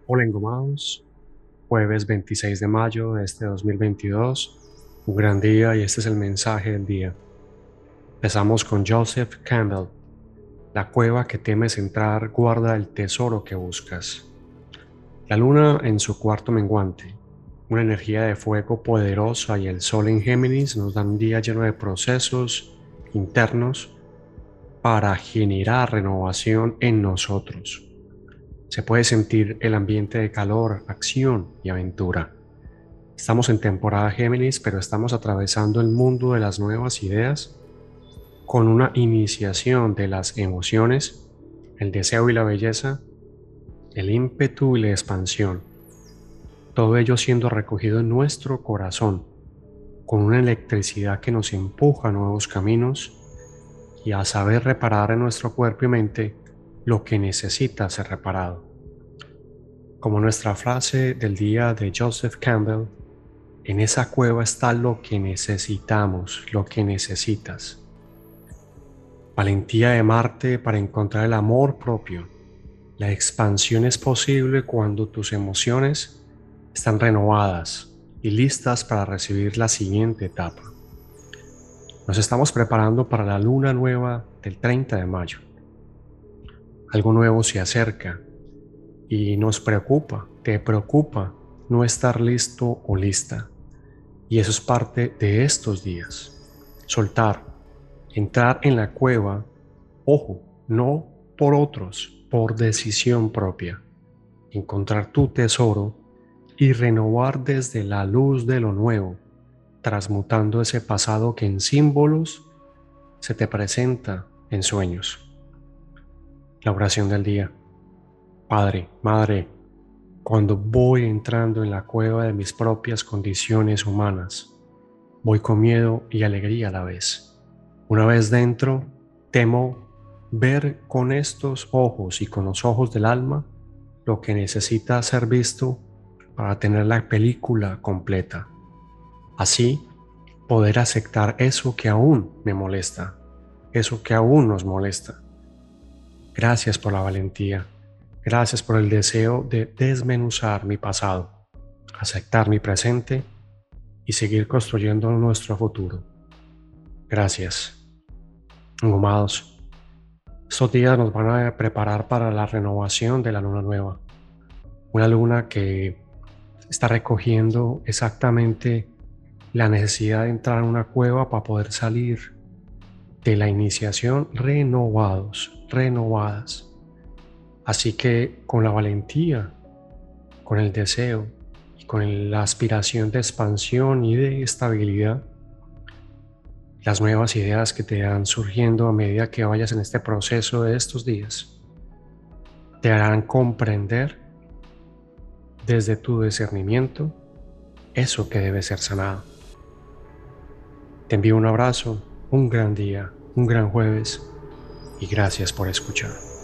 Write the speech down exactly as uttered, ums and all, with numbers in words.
Hola engomados, jueves veintiséis de mayo de este dos mil veintidós, un gran día y este es el mensaje del día. Empezamos con Joseph Campbell: la cueva que temes entrar guarda el tesoro que buscas. La luna en su cuarto menguante, una energía de fuego poderosa, y el sol en Géminis nos dan un día lleno de procesos internos para generar renovación en nosotros. Se puede sentir el ambiente de calor, acción y aventura. Estamos en temporada Géminis, pero estamos atravesando el mundo de las nuevas ideas con una iniciación de las emociones, el deseo y la belleza, el ímpetu y la expansión. Todo ello siendo recogido en nuestro corazón, con una electricidad que nos empuja a nuevos caminos y a saber reparar en nuestro cuerpo y mente lo que necesita ser reparado. Como nuestra frase del día de Joseph Campbell: en esa cueva está lo que necesitamos, lo que necesitas. Valentía de Marte para encontrar el amor propio. La expansión es posible cuando tus emociones están renovadas y listas para recibir la siguiente etapa. Nos estamos preparando para la luna nueva del treinta de mayo. Algo nuevo se acerca y nos preocupa, te preocupa no estar listo o lista. Y eso es parte de estos días. Soltar, entrar en la cueva, ojo, no por otros, por decisión propia. Encontrar tu tesoro y renovar desde la luz de lo nuevo, transmutando ese pasado que en símbolos se te presenta en sueños. La oración del día. Padre, Madre, cuando voy entrando en la cueva de mis propias condiciones humanas, voy con miedo y alegría a la vez. Una vez dentro, temo ver con estos ojos y con los ojos del alma lo que necesita ser visto para tener la película completa. Así, poder aceptar eso que aún me molesta, eso que aún nos molesta. Gracias por la valentía. Gracias por el deseo de desmenuzar mi pasado, aceptar mi presente y seguir construyendo nuestro futuro. Gracias. Engomados, estos días nos van a preparar para la renovación de la luna nueva. Una luna que está recogiendo exactamente la necesidad de entrar en una cueva para poder salir de la iniciación renovados, renovadas. Así que con la valentía, con el deseo y con la aspiración de expansión y de estabilidad, las nuevas ideas que te van surgiendo a medida que vayas en este proceso de estos días te harán comprender desde tu discernimiento eso que debe ser sanado. Te envío un abrazo, un gran día, un gran jueves y gracias por escuchar.